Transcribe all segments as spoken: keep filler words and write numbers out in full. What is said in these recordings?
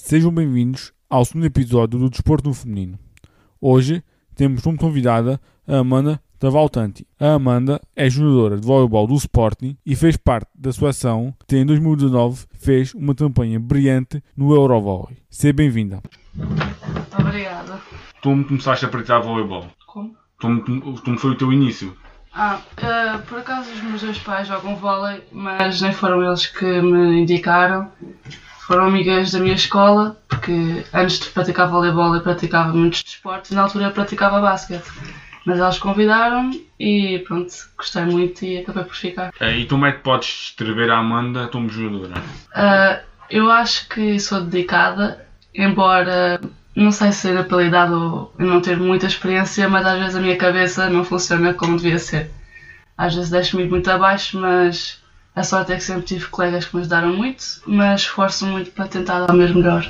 Sejam bem-vindos ao segundo episódio do Desporto no Feminino. Hoje temos como convidada a Amanda Cavalcanti. A Amanda é jogadora de voleibol do Sporting e fez parte da seleção que em dois mil e dezanove fez uma campanha brilhante no Eurovolley. Seja bem-vinda. Obrigada. Tu começaste a praticar voleibol? Como? Como, como foi o teu início? Ah, uh, por acaso os meus dois pais jogam vôlei, mas nem foram eles que me indicaram. Foram amigas da minha escola, porque antes de praticar voleibol eu praticava muitos desportos e na altura eu praticava basquete. Mas elas convidaram-me e pronto, gostei muito e acabei por ficar. E tu como é que podes descrever a Amanda como jogadora? Uh, eu acho que sou dedicada, embora não sei se é na qualidade ou eu não ter muita experiência, mas às vezes a minha cabeça não funciona como devia ser. Às vezes deixo-me ir muito abaixo, mas a sorte é que sempre tive colegas que me ajudaram muito, mas esforço muito para tentar dar o meu melhor.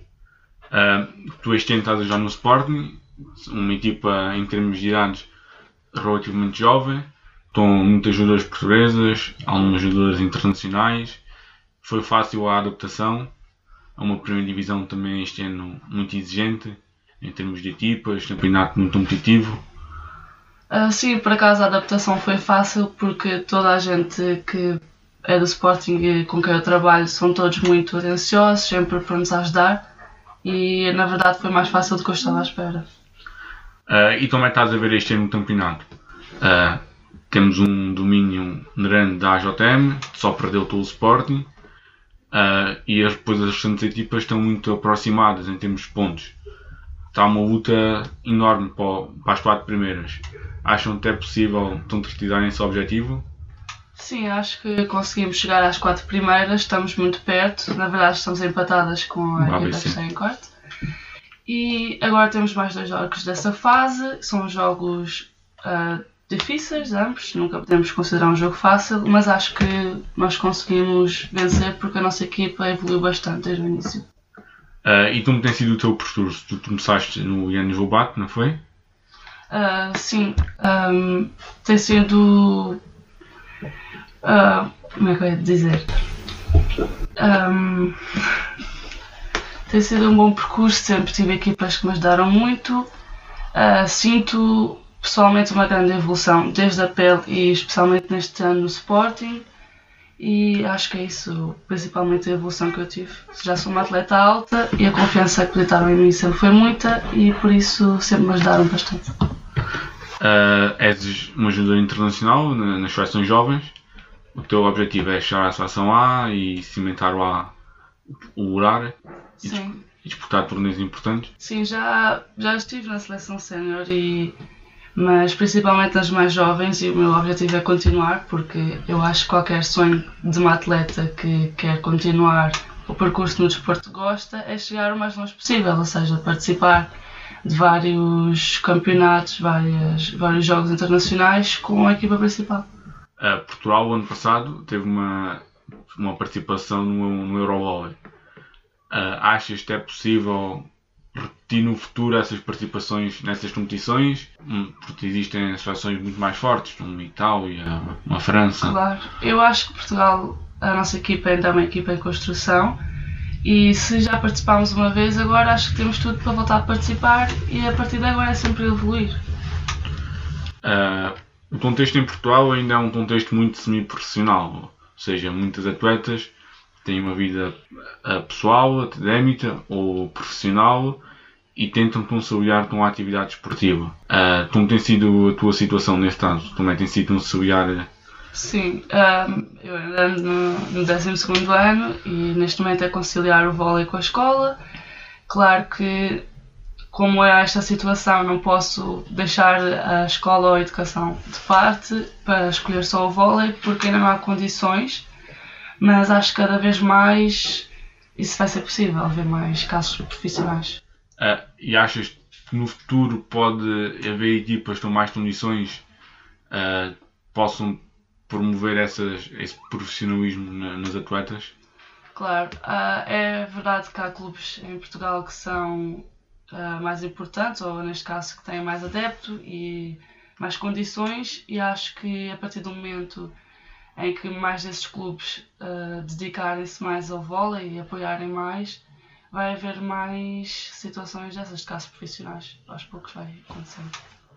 Uh, tu este ano estás já no Sporting, uma equipa em termos de idades relativamente jovem, estão muitas jogadoras portuguesas, algumas jogadoras internacionais. Foi fácil a adaptação a uma primeira divisão também este ano muito exigente em termos de equipas, campeonato muito competitivo. Uh, sim, por acaso a adaptação foi fácil porque toda a gente que é do Sporting e com quem eu trabalho são todos muito atenciosos, sempre para nos ajudar e na verdade foi mais fácil do que eu estava à espera. Uh, e como é que estás a ver este ano no campeonato? Uh, temos um domínio grande da A J M, só perdeu todo o Sporting, uh, e depois as restantes equipas estão muito aproximadas em termos de pontos. Está uma luta enorme para, para as quatro primeiras. Acham que é possível concretizarem esse objetivo? Sim, acho que conseguimos chegar às quatro primeiras, estamos muito perto, na verdade estamos empatadas com a equipa que está em quarto. E agora temos mais dois jogos dessa fase, são jogos uh, difíceis ambos, nunca podemos considerar um jogo fácil, mas acho que nós conseguimos vencer porque a nossa equipa evoluiu bastante desde o início. Uh, e como tem sido o teu percurso? Tu começaste no Ianes Lobato, não foi? Uh, sim, um, tem sido... Uh, como é que eu ia dizer? Um, tem sido um bom percurso, sempre tive equipas que me ajudaram muito. Uh, sinto pessoalmente uma grande evolução desde a pele e especialmente neste ano no Sporting. E acho que é isso, principalmente a evolução que eu tive. Já sou uma atleta alta e a confiança que depositaram em mim sempre foi muita e por isso sempre me ajudaram bastante. Uh, és uma jogadora internacional nas seleções jovens. O teu objetivo é chegar à seleção A e cimentar o A, o horário e, Sim. e disputar torneios importantes? Sim, já, já estive na seleção sénior, e, mas principalmente nas mais jovens, e o meu objetivo é continuar, porque eu acho que qualquer sonho de uma atleta que quer continuar o percurso no desporto que gosta é chegar o mais longe possível, ou seja, participar de vários campeonatos, várias, vários jogos internacionais com a equipa principal. Uh, Portugal, o ano passado, teve uma, uma participação no, no Eurovolley. Uh, achas que é possível repetir no futuro essas participações nessas competições? Hum, porque existem seleções muito mais fortes, como a Itália, a França. Claro, eu acho que Portugal, a nossa equipa ainda é uma equipa em construção e se já participámos uma vez, agora acho que temos tudo para voltar a participar e a partir de agora é sempre evoluir. Uh, O contexto em Portugal ainda é um contexto muito semi-profissional, ou seja, muitas atletas têm uma vida pessoal, académica ou profissional e tentam conciliar com a atividade esportiva. Uh, como tem sido a tua situação neste caso? Como é que tem sido conciliar? Sim, um, eu ando no, no décimo segundo ano e neste momento é conciliar o vôlei com a escola. Claro que como é esta situação, não posso deixar a escola ou a educação de parte para escolher só o vôlei, porque ainda não há condições, mas acho que cada vez mais isso vai ser possível, haver mais casos profissionais. Uh, e achas que no futuro pode haver equipas com mais condições uh, que possam promover essas, esse profissionalismo na, nas atletas? Claro, uh, é verdade que há clubes em Portugal que são Uh, mais importantes, ou neste caso que têm mais adepto e mais condições, e acho que a partir do momento em que mais desses clubes uh, dedicarem-se mais ao vôlei e apoiarem mais, vai haver mais situações dessas de casos profissionais. Aos poucos vai acontecendo.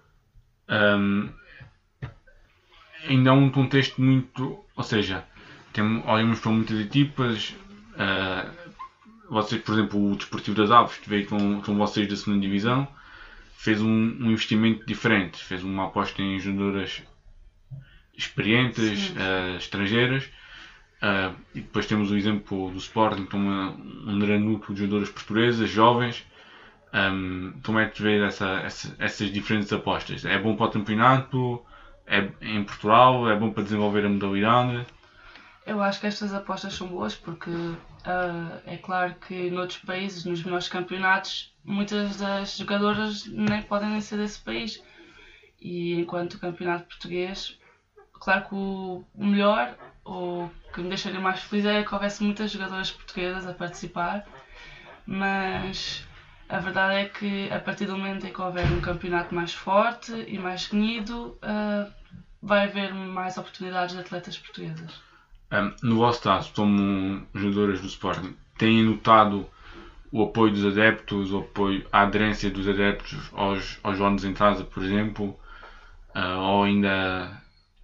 Um, ainda é um contexto muito. Ou seja, tem, olhamos para muitas equipas. Uh, vocês, por exemplo, o Desportivo das Aves, que veio com, com vocês da segunda Divisão, fez um, um investimento diferente. Fez uma aposta em jogadoras experientes, uh, estrangeiras. Uh, e depois temos o exemplo do Sporting, que tem uma, um grande núcleo de jogadoras portuguesas, jovens. Um, como é que vês essa, essa, essas diferentes apostas? É bom para o campeonato? É em Portugal? É bom para desenvolver a modalidade? Eu acho que estas apostas são boas porque uh, é claro que noutros países, nos melhores campeonatos, muitas das jogadoras nem podem nem ser desse país. E enquanto o campeonato português, claro que o melhor, ou que me deixaria mais feliz, é que houvesse muitas jogadoras portuguesas a participar, mas a verdade é que a partir do momento em que houver um campeonato mais forte e mais renhido, uh, vai haver mais oportunidades de atletas portuguesas. Um, no vosso caso, como jogadoras do Sporting, têm notado o apoio dos adeptos, o apoio, a aderência dos adeptos aos, aos jogos em casa, por exemplo, uh, ou ainda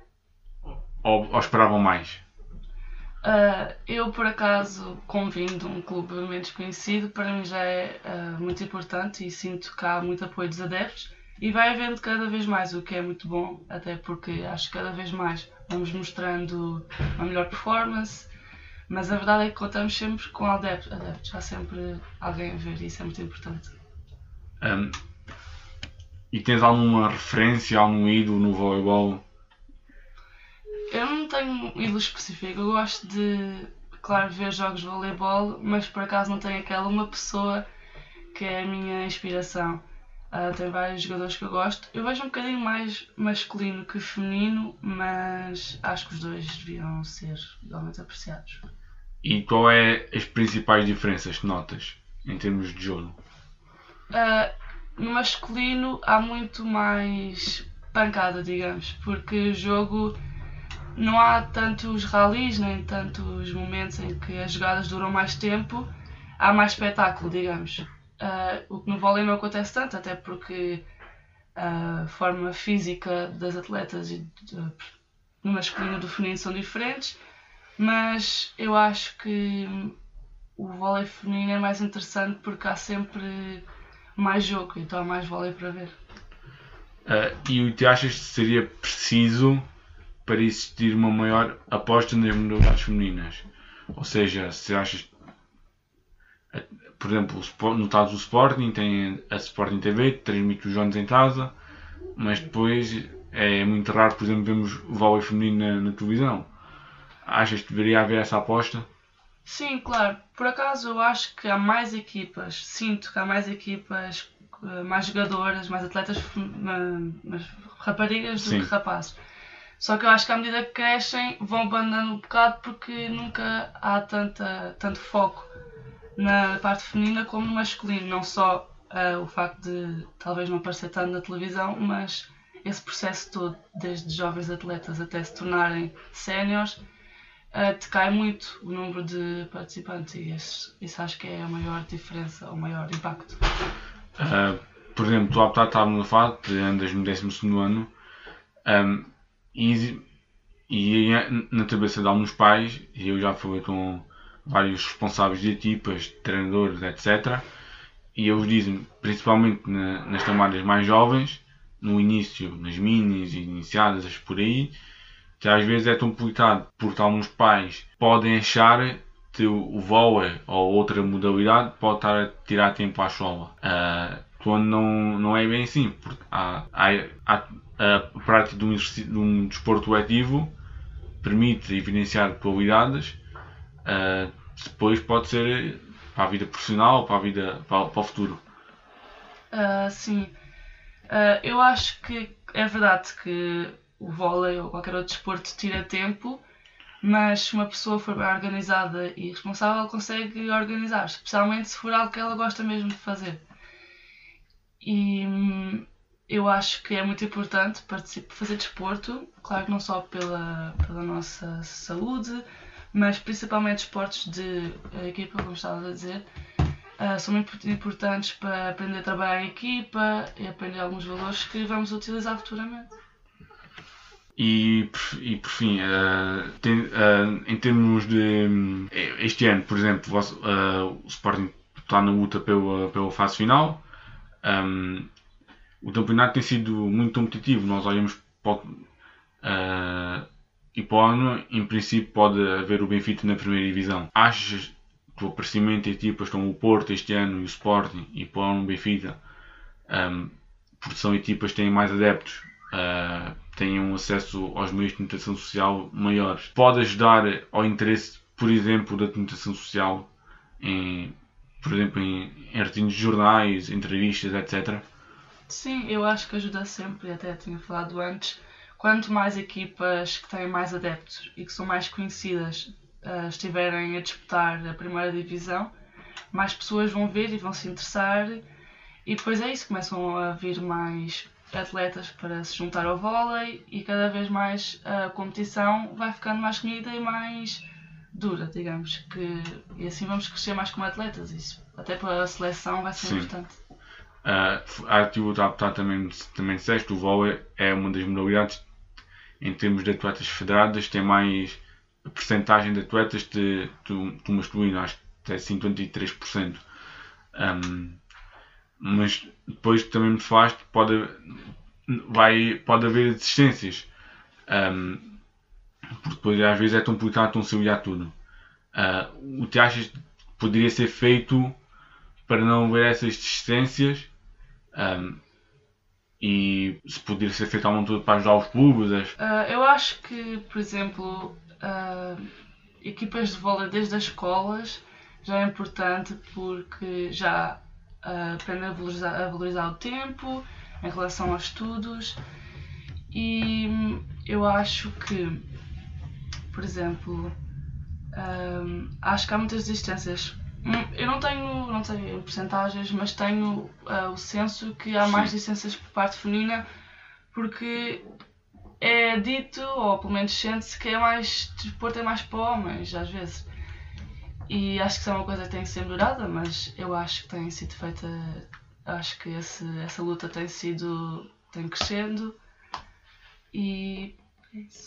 ou, ou esperavam mais? Uh, eu, por acaso, como vindo de um clube menos conhecido, para mim já é uh, muito importante e sinto que há muito apoio dos adeptos e vai havendo cada vez mais, o que é muito bom, até porque acho que cada vez mais vamos mostrando uma melhor performance, mas a verdade é que contamos sempre com adeptos, adeptos. Há sempre alguém a ver e isso é muito importante. Um, e tens alguma referência, algum ídolo no voleibol? Eu não tenho um ídolo específico, eu gosto de, claro, ver jogos de voleibol, mas por acaso não tenho aquela uma pessoa que é a minha inspiração. Uh, tem vários jogadores que eu gosto. Eu vejo um bocadinho mais masculino que feminino, mas acho que os dois deviam ser igualmente apreciados. E qual é as principais diferenças que notas em termos de jogo? Uh, no masculino há muito mais pancada, digamos, porque o jogo não há tantos rallies, nem tantos momentos em que as jogadas duram mais tempo, há mais espetáculo, digamos. Uh, o que no vôlei não acontece tanto, até porque a forma física das atletas e de, no masculino e do feminino são diferentes, mas eu acho que o vôlei feminino é mais interessante porque há sempre mais jogo, então há mais vôlei para ver. Uh, e o que achas que seria preciso para existir uma maior aposta nas modalidades femininas? Ou seja, se achas, por exemplo, no caso do Sporting, tem a Sporting T V que transmite os jogos em casa, mas depois é muito raro, por exemplo, vermos o vôlei feminino na, na televisão. Achas que deveria haver essa aposta? Sim, claro. Por acaso eu acho que há mais equipas, sinto que há mais equipas, mais jogadoras, mais atletas, mais raparigas do Sim. que rapazes. Só que eu acho que à medida que crescem vão abandonando um bocado porque nunca há tanta, tanto foco na parte feminina como no masculino. Não só uh, o facto de talvez não aparecer tanto na televisão, mas esse processo todo, desde jovens atletas até se tornarem séniores, uh, decai muito o número de participantes e isso, isso acho que é a maior diferença, o maior impacto. Uh, por exemplo, tu há bocado estávamos a falar de andas no décimo segundo ano. Um, E, e na cabeça de alguns pais, e eu já falei com vários responsáveis de equipas, treinadores, etcétera. E eles dizem, principalmente na, nas camadas mais jovens, no início, nas minis e iniciadas por aí, que às vezes é tão complicado, porque alguns pais podem achar que o vôlei ou outra modalidade pode estar a tirar tempo à escola. Uh, quando não, não é bem assim, porque há, há, há a prática de um, de um desporto coletivo permite evidenciar qualidades, uh, depois pode ser para a vida profissional, para a vida, para, para o futuro. Uh, sim, uh, eu acho que é verdade que o vôlei ou qualquer outro desporto tira tempo, mas se uma pessoa for bem organizada e responsável consegue organizar, especialmente se for algo que ela gosta mesmo de fazer. E hum, eu acho que é muito importante fazer desporto, claro que não só pela, pela nossa saúde, mas principalmente esportes de equipa, como estava a dizer, uh, são muito importantes para aprender a trabalhar em equipa e aprender alguns valores que vamos utilizar futuramente. E, e por fim, uh, tem, uh, em termos de um, este ano, por exemplo, uh, o Sporting está na luta pela, pela fase final. Um, o campeonato tem sido muito competitivo. Nós olhamos para, uh, e para o ano, em princípio, pode haver o Benfica na primeira divisão. Achas que o aparecimento de equipas como o Porto este ano e o Sporting e para o ano o Benfica, um, porque são equipas que têm mais adeptos, uh, têm um acesso aos meios de comunicação social maiores, pode ajudar ao interesse, por exemplo, da comunicação social, em, por exemplo, em, em artigos de jornais, entrevistas, etcétera? Sim, eu acho que ajuda sempre, até tinha falado antes, quanto mais equipas que têm mais adeptos e que são mais conhecidas uh, estiverem a disputar a primeira divisão, mais pessoas vão ver e vão se interessar e depois é isso, começam a vir mais atletas para se juntar ao vôlei e cada vez mais a competição vai ficando mais renhida e mais dura, digamos, que, e assim vamos crescer mais como atletas, isso até para a seleção vai ser Sim. importante. Uh, a atividade também, também disseste, o vôlei é uma das modalidades em termos de atletas federadas, tem mais a percentagem de atletas de, de, de masculino, acho que é cinquenta e três por cento. Um, mas depois também me falaste que pode, vai, pode haver desistências, um, porque depois às vezes é tão complicado conciliar tudo. Uh, o que achas que poderia ser feito para não haver essas desistências? Um, e se poderia ser feito alguma coisa para ajudar os clubes? Uh, eu acho que, por exemplo, uh, equipas de vôlei desde as escolas já é importante porque já uh, aprendem a valorizar, a valorizar o tempo em relação aos estudos e eu acho que, por exemplo, um, acho que há muitas desistências. Eu não tenho, não tenho percentagens, mas tenho uh, o senso que há mais licenças por parte feminina porque é dito, ou pelo menos sente-se, que é mais, desporto é mais para homens, às vezes. E acho que isso é uma coisa que tem que ser melhorada, mas eu acho que tem sido feita, acho que esse, essa luta tem sido, tem crescendo e é isso.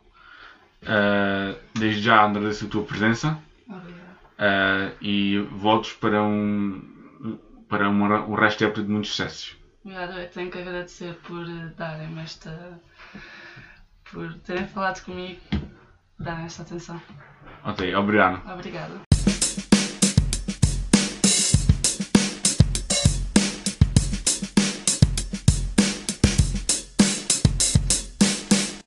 Uh, desde já agradeço a tua presença. Obrigada. Uh, e votos para um para uma, o resto da época de muitos sucessos. Obrigada, eu tenho que agradecer por darem-me esta, por terem falado comigo, darem esta atenção. Ok, obrigado. Obrigada.